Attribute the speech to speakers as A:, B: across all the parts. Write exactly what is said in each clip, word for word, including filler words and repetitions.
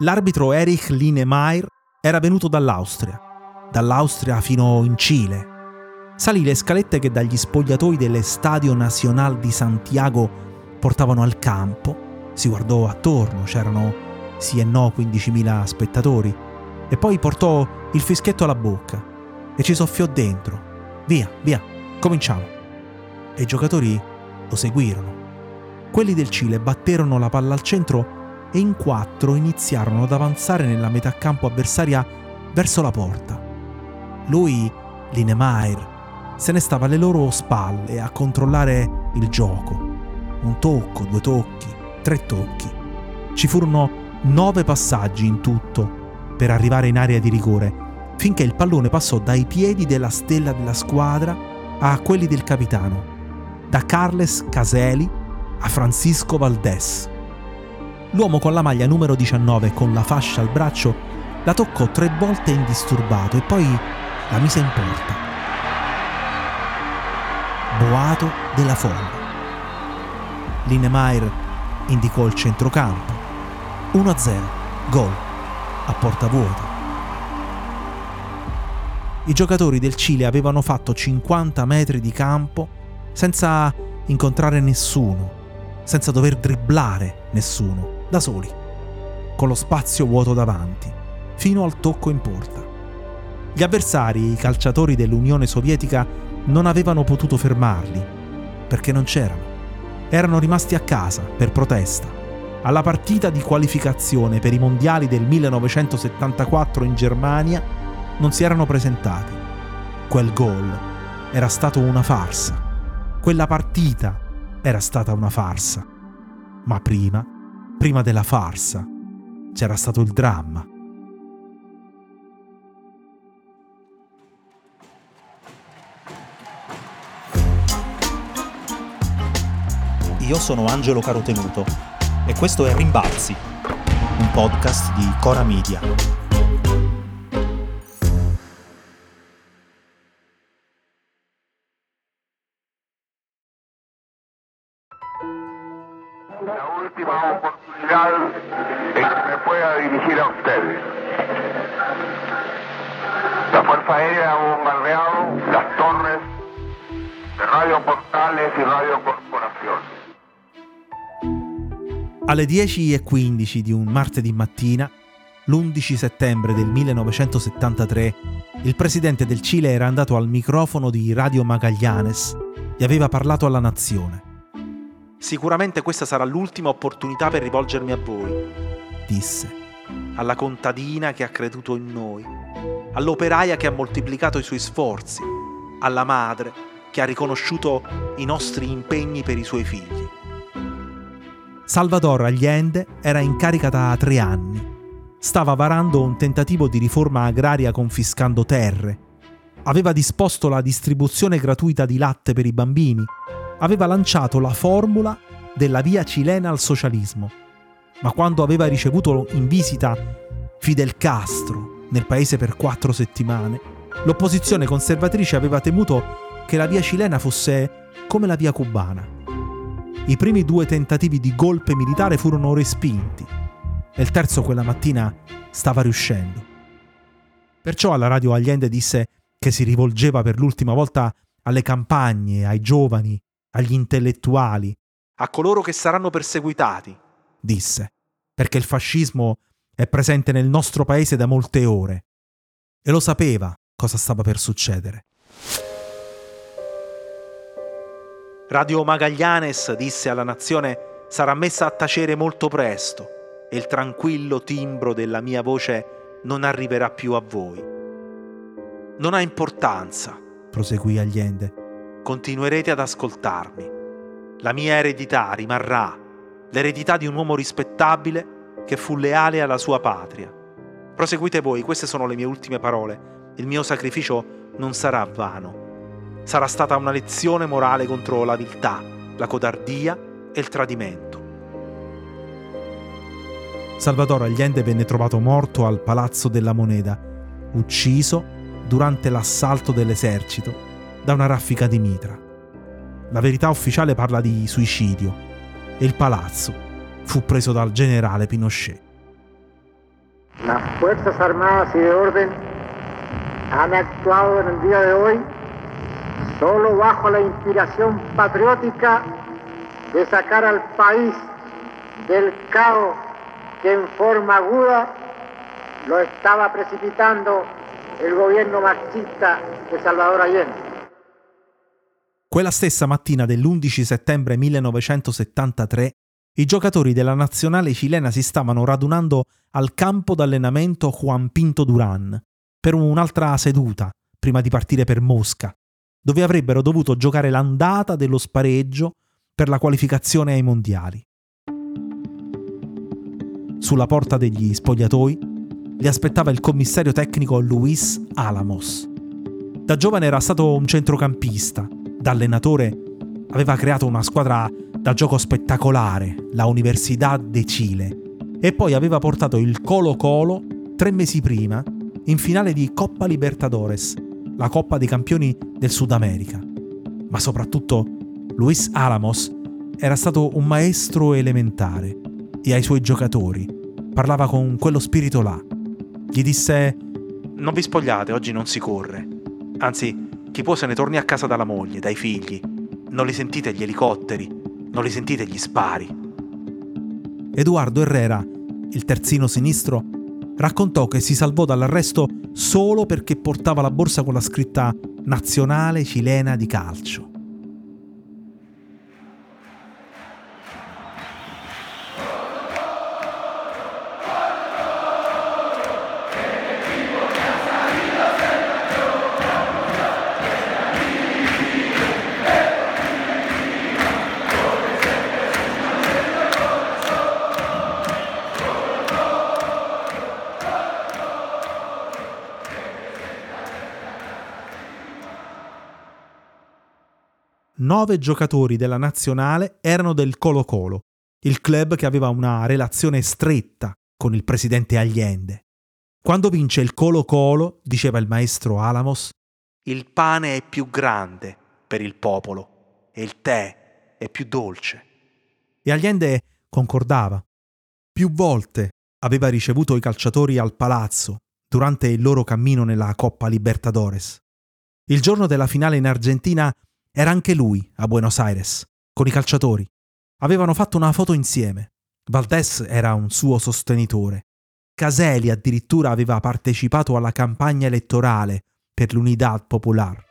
A: L'arbitro Erich Linemeyer era venuto dall'Austria, dall'Austria fino in Cile. Salì le scalette che dagli spogliatoi dell'Estadio Nacional di Santiago portavano al campo, si guardò attorno, c'erano sì e no quindicimila spettatori, e poi portò il fischietto alla bocca e ci soffiò dentro. Via, via, cominciamo. E i giocatori lo seguirono. Quelli del Cile batterono la palla al centro e in quattro iniziarono ad avanzare nella metà campo avversaria verso la porta. Lui, Linemeyer, se ne stava alle loro spalle a controllare il gioco. Un tocco, due tocchi, tre tocchi. Ci furono nove passaggi in tutto per arrivare in area di rigore, finché il pallone passò dai piedi della stella della squadra a quelli del capitano, da Carles Caseli a Francisco Valdés. L'uomo con la maglia numero diciannove e con la fascia al braccio la toccò tre volte indisturbato e poi la mise in porta. Boato della folla. Linemeyer indicò il centrocampo. uno a zero, gol, a porta vuota. I giocatori del Cile avevano fatto cinquanta metri di campo senza incontrare nessuno, senza dover dribblare nessuno, da soli, con lo spazio vuoto davanti, fino al tocco in porta. Gli avversari, i calciatori dell'Unione Sovietica, non avevano potuto fermarli, perché non c'erano. Erano rimasti a casa per protesta. Alla partita di qualificazione per i mondiali del millenovecentosettantaquattro in Germania non si erano presentati. Quel gol era stato una farsa. Quella partita era stata una farsa. Ma prima, prima della farsa, c'era stato il dramma.
B: Io sono Angelo Carotenuto e questo è Rimbalzi, un podcast di Cora Media.
C: La última oportunidad en que me pueda dirigir a ustedes. La Fuerza Aérea ha bombardeado las torres de Radio Portales y Radio Corporación.
A: Alle dieci e quindici di un martedì mattina, l'undici settembre del millenovecentosettantatré, il presidente del Cile era andato al microfono di Radio Magallanes e aveva parlato alla nazione.
D: Sicuramente questa sarà l'ultima opportunità per rivolgermi a voi,
A: disse.
D: Alla contadina che ha creduto in noi, all'operaia che ha moltiplicato i suoi sforzi, alla madre che ha riconosciuto i nostri impegni per i suoi figli.
A: Salvador Allende era in carica da tre anni. Stava varando un tentativo di riforma agraria confiscando terre. Aveva disposto la distribuzione gratuita di latte per i bambini. Aveva lanciato la formula della via cilena al socialismo. Ma quando aveva ricevuto in visita Fidel Castro nel paese per quattro settimane, l'opposizione conservatrice aveva temuto che la via cilena fosse come la via cubana. I primi due tentativi di golpe militare furono respinti e il terzo quella mattina stava riuscendo. Perciò alla radio Allende disse che si rivolgeva per l'ultima volta alle campagne, ai giovani, agli intellettuali,
D: a coloro che saranno perseguitati,
A: disse, perché il fascismo è presente nel nostro paese da molte ore e lo sapeva cosa stava per succedere.
D: Radio Magallanes, disse alla nazione, sarà messa a tacere molto presto e il tranquillo timbro della mia voce non arriverà più a voi. Non ha importanza,
A: proseguì Allende.
D: Continuerete ad ascoltarmi. La mia eredità rimarrà, l'eredità di un uomo rispettabile che fu leale alla sua patria. Proseguite voi, queste sono le mie ultime parole. Il mio sacrificio non sarà vano. Sarà stata una lezione morale contro la viltà, la codardia e il tradimento.
A: Salvador Allende venne trovato morto al Palazzo della Moneda, ucciso durante l'assalto dell'esercito da una raffica di mitra. La verità ufficiale parla di suicidio e il palazzo fu preso dal generale Pinochet.
E: Las Fuerzas Armadas y de Orden han actuado en el día de hoy solo bajo la inspiración patriótica de sacar al país del caos que en forma aguda lo estaba precipitando il governo marxista di Salvador Allende.
A: Quella stessa mattina dell'undici settembre millenovecentosettantatré, i giocatori della nazionale cilena si stavano radunando al campo d'allenamento Juan Pinto Durán per un'altra seduta prima di partire per Mosca, dove avrebbero dovuto giocare l'andata dello spareggio per la qualificazione ai mondiali. Sulla porta degli spogliatoi li aspettava il commissario tecnico Luis Álamos. Da giovane era stato un centrocampista, da allenatore aveva creato una squadra da gioco spettacolare, la Universidad de Chile, e poi aveva portato il Colo-Colo tre mesi prima in finale di Coppa Libertadores, la Coppa dei Campioni del Sud America. Ma soprattutto Luis Álamos era stato un maestro elementare e ai suoi giocatori parlava con quello spirito là. Gli disse:
D: non vi spogliate, oggi non si corre. Anzi, chi può se ne torni a casa dalla moglie, dai figli. Non li sentite gli elicotteri, non li sentite gli spari.
A: Eduardo Herrera, il terzino sinistro, raccontò che si salvò dall'arresto solo perché portava la borsa con la scritta Nazionale Cilena di Calcio. Nove giocatori della nazionale erano del Colo-Colo, il club che aveva una relazione stretta con il presidente Allende. Quando vince il Colo-Colo, diceva il maestro Álamos,
D: il pane è più grande per il popolo e il tè è più dolce.
A: E Allende concordava. Più volte aveva ricevuto i calciatori al palazzo durante il loro cammino nella Coppa Libertadores. Il giorno della finale in Argentina era anche lui a Buenos Aires, con i calciatori. Avevano fatto una foto insieme. Valdés era un suo sostenitore. Caselli addirittura aveva partecipato alla campagna elettorale per l'Unidad Popular.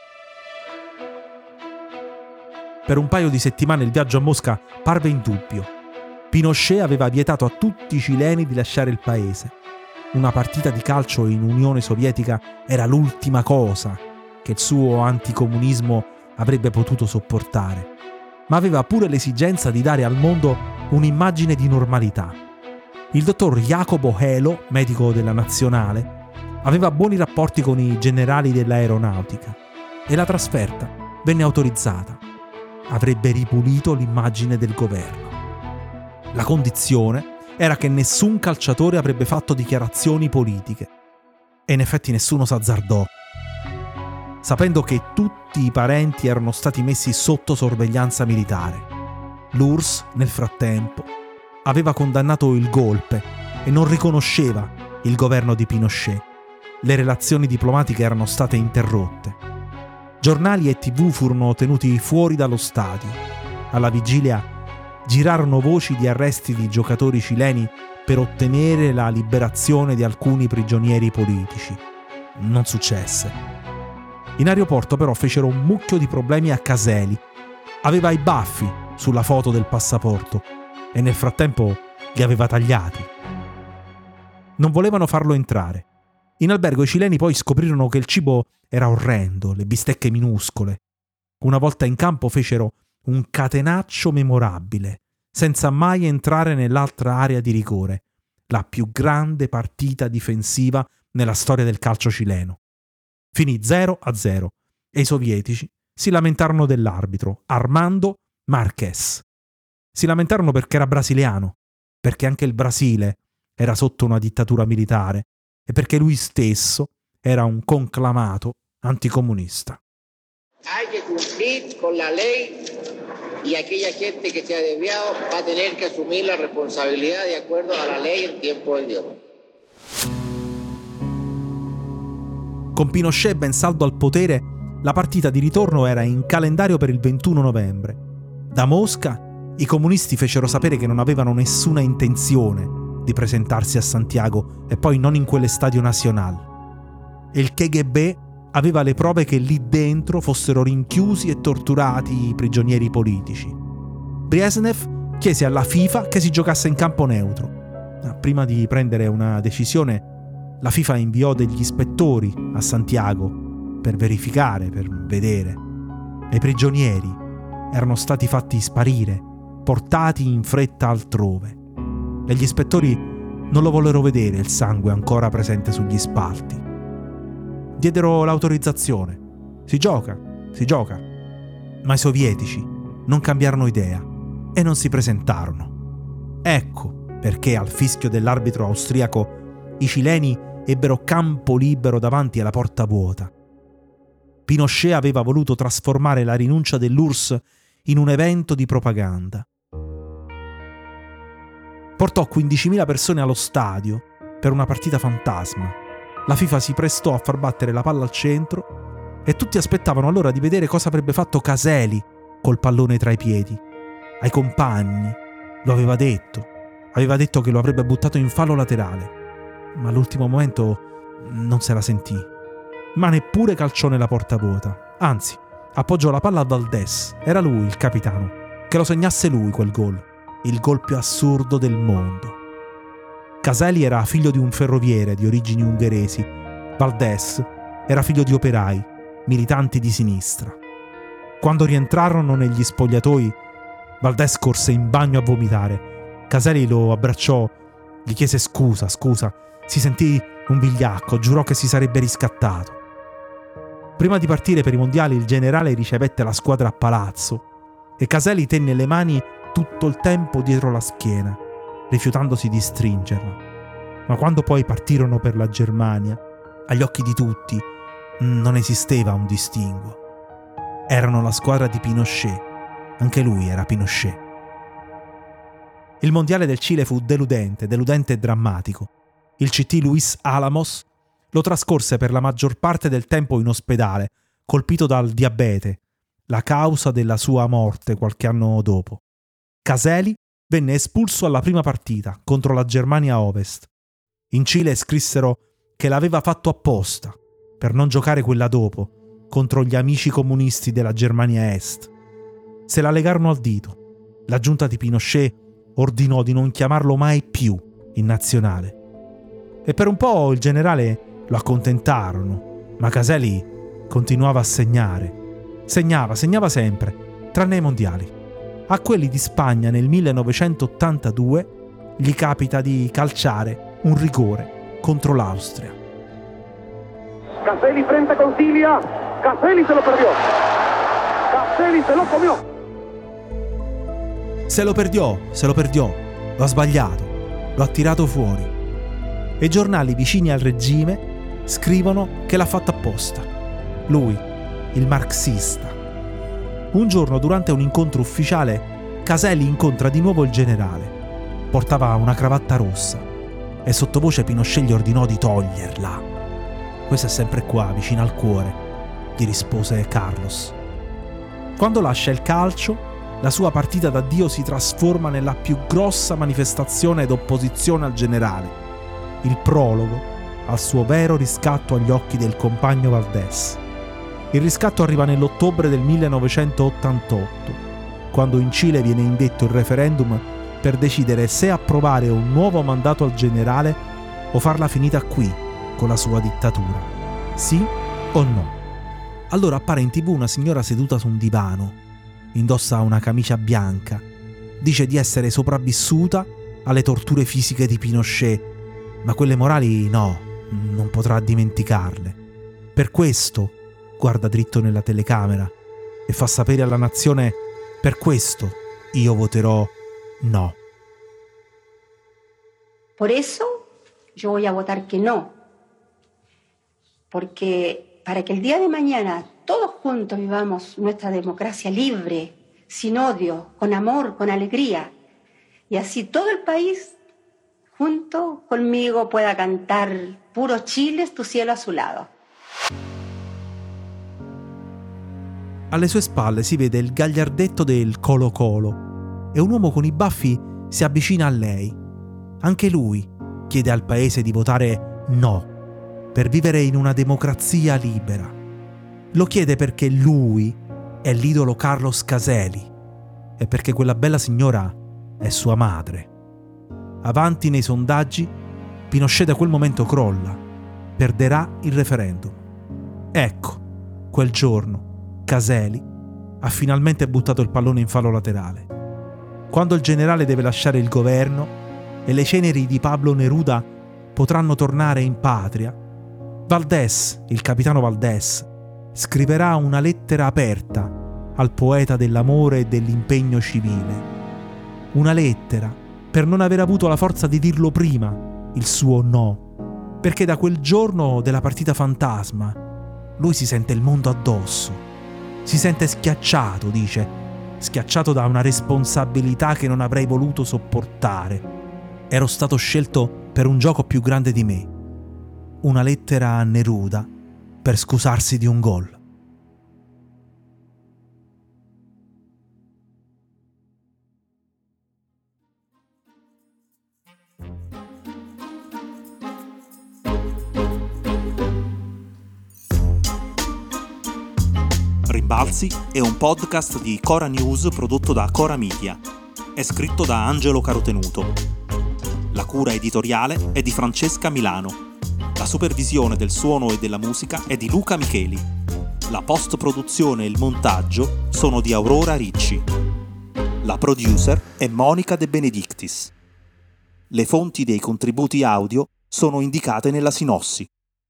A: Per un paio di settimane il viaggio a Mosca parve indubbio. Pinochet aveva vietato a tutti i cileni di lasciare il paese. Una partita di calcio in Unione Sovietica era l'ultima cosa che il suo anticomunismo avrebbe potuto sopportare, ma aveva pure l'esigenza di dare al mondo un'immagine di normalità. Il dottor Jacobo Helo, medico della nazionale, aveva buoni rapporti con i generali dell'aeronautica e la trasferta venne autorizzata. Avrebbe ripulito l'immagine del governo. La condizione era che nessun calciatore avrebbe fatto dichiarazioni politiche. E in effetti nessuno s'azzardò. Sapendo che tutti i parenti erano stati messi sotto sorveglianza militare. L'U R S S, nel frattempo, aveva condannato il golpe e non riconosceva il governo di Pinochet. Le relazioni diplomatiche erano state interrotte. Giornali e tivù furono tenuti fuori dallo stadio. Alla vigilia girarono voci di arresti di giocatori cileni per ottenere la liberazione di alcuni prigionieri politici. Non successe. In aeroporto però fecero un mucchio di problemi a Caselli. Aveva i baffi sulla foto del passaporto e nel frattempo li aveva tagliati. Non volevano farlo entrare. In albergo i cileni poi scoprirono che il cibo era orrendo, le bistecche minuscole. Una volta in campo fecero un catenaccio memorabile, senza mai entrare nell'altra area di rigore, la più grande partita difensiva nella storia del calcio cileno. Finì zero a zero e i sovietici si lamentarono dell'arbitro, Armando Marquez. Si lamentarono perché era brasiliano, perché anche il Brasile era sotto una dittatura militare e perché lui stesso era un conclamato anticomunista.
E: Hay que cumplir con la ley y aquella gente que se ha desviado va a tener que asumir la responsabilidad de acuerdo a la ley en tiempo de Dios.
A: Con Pinochet ben saldo al potere, la partita di ritorno era in calendario per il ventuno novembre. Da Mosca, i comunisti fecero sapere che non avevano nessuna intenzione di presentarsi a Santiago e poi non in quell'Estadio Nacional. E il K G B aveva le prove che lì dentro fossero rinchiusi e torturati i prigionieri politici. Brezhnev chiese alla FIFA che si giocasse in campo neutro. Prima di prendere una decisione, la FIFA inviò degli ispettori a Santiago per verificare, per vedere. E i prigionieri erano stati fatti sparire, portati in fretta altrove. E gli ispettori non lo vollero vedere il sangue ancora presente sugli spalti. Diedero l'autorizzazione. Si gioca, si gioca. Ma i sovietici non cambiarono idea e non si presentarono. Ecco perché al fischio dell'arbitro austriaco i cileni ebbero campo libero davanti alla porta vuota. Pinochet aveva voluto trasformare la rinuncia dell'U R S S in un evento di propaganda. Portò quindicimila persone allo stadio per una partita fantasma. La FIFA si prestò a far battere la palla al centro e tutti aspettavano allora di vedere cosa avrebbe fatto Caselli col pallone tra i piedi. Ai compagni lo aveva detto, aveva detto che lo avrebbe buttato in fallo laterale, ma all'ultimo momento non se la sentì. Ma neppure calciò nella porta vuota, anzi, appoggiò la palla a Valdés, era lui il capitano, che lo segnasse lui quel gol, il gol più assurdo del mondo. Caselli era figlio di un ferroviere di origini ungheresi, Valdés era figlio di operai, militanti di sinistra. Quando rientrarono negli spogliatoi, Valdés corse in bagno a vomitare. Caselli lo abbracciò, gli chiese scusa, scusa, si sentì un vigliacco, giurò che si sarebbe riscattato. Prima di partire per i mondiali il generale ricevette la squadra a palazzo e Caselli tenne le mani tutto il tempo dietro la schiena, rifiutandosi di stringerla. Ma quando poi partirono per la Germania, agli occhi di tutti non esisteva un distinguo. Erano la squadra di Pinochet, anche lui era Pinochet. Il mondiale del Cile fu deludente, deludente e drammatico. Il C T Luis Alamos lo trascorse per la maggior parte del tempo in ospedale, colpito dal diabete, la causa della sua morte qualche anno dopo. Caselli venne espulso alla prima partita contro la Germania Ovest. In Cile scrissero che l'aveva fatto apposta per non giocare quella dopo contro gli amici comunisti della Germania Est. Se la legarono al dito. La giunta di Pinochet ordinò di non chiamarlo mai più in nazionale. E per un po' il generale lo accontentarono, ma Caselli continuava a segnare. Segnava, segnava sempre, tranne i mondiali. A quelli di Spagna nel millenovecentottantadue gli capita di calciare un rigore contro l'Austria.
E: Caselli frente con Silvia, Caselli se lo perdió, Caselli se lo comió.
A: Se lo perdiò, se lo perdiò, lo ha sbagliato, lo ha tirato fuori. E i giornali vicini al regime scrivono che l'ha fatto apposta. Lui, il marxista. Un giorno, durante un incontro ufficiale, Caselli incontra di nuovo il generale. Portava una cravatta rossa e sottovoce Pinochet gli ordinò di toglierla. Questa è sempre qua, vicino al cuore, gli rispose Carlos. Quando lascia il calcio, la sua partita d'addio si trasforma nella più grossa manifestazione d'opposizione al generale, il prologo al suo vero riscatto agli occhi del compagno Valdés. Il riscatto arriva nell'ottobre del millenovecentottantotto, quando in Cile viene indetto il referendum per decidere se approvare un nuovo mandato al generale o farla finita qui, con la sua dittatura. Sì o no? Allora appare in tv una signora seduta su un divano, indossa una camicia bianca, dice di essere sopravvissuta alle torture fisiche di Pinochet, ma quelle morali no, non potrà dimenticarle. Per questo guarda dritto nella telecamera e fa sapere alla nazione: per questo io voterò no.
F: Por eso yo voy a votar que no, porque para que el día de mañana todos juntos vivamos nuestra democracia libre, sin odio, con amor, con alegría, y así todo el país junto conmigo pueda cantar puro Chile, tu cielo azulado.
A: Alle sue spalle si vede il gagliardetto del Colo Colo e un uomo con i baffi si avvicina a lei. Anche lui chiede al paese di votare no, per vivere in una democrazia libera. Lo chiede perché lui è l'idolo Carlos Caseli e perché quella bella signora è sua madre. Avanti nei sondaggi, Pinochet da quel momento crolla, perderà il referendum. Ecco, quel giorno Caseli ha finalmente buttato il pallone in fallo laterale. Quando il generale deve lasciare il governo e le ceneri di Pablo Neruda potranno tornare in patria, Valdés, il capitano Valdés, scriverà una lettera aperta al poeta dell'amore e dell'impegno civile. Una lettera per non aver avuto la forza di dirlo prima, il suo no, perché da quel giorno della partita fantasma lui si sente il mondo addosso. Si sente schiacciato, dice, schiacciato da una responsabilità che non avrei voluto sopportare. Ero stato scelto per un gioco più grande di me. Una lettera a Neruda per scusarsi di un gol.
B: Rimbalzi è un podcast di Cora News prodotto da Cora Media. È scritto da Angelo Carotenuto. La cura editoriale è di Francesca Milano. La supervisione del suono e della musica è di Luca Micheli. La post-produzione e il montaggio sono di Aurora Ricci. La producer è Monica De Benedictis. Le fonti dei contributi audio sono indicate nella sinossi.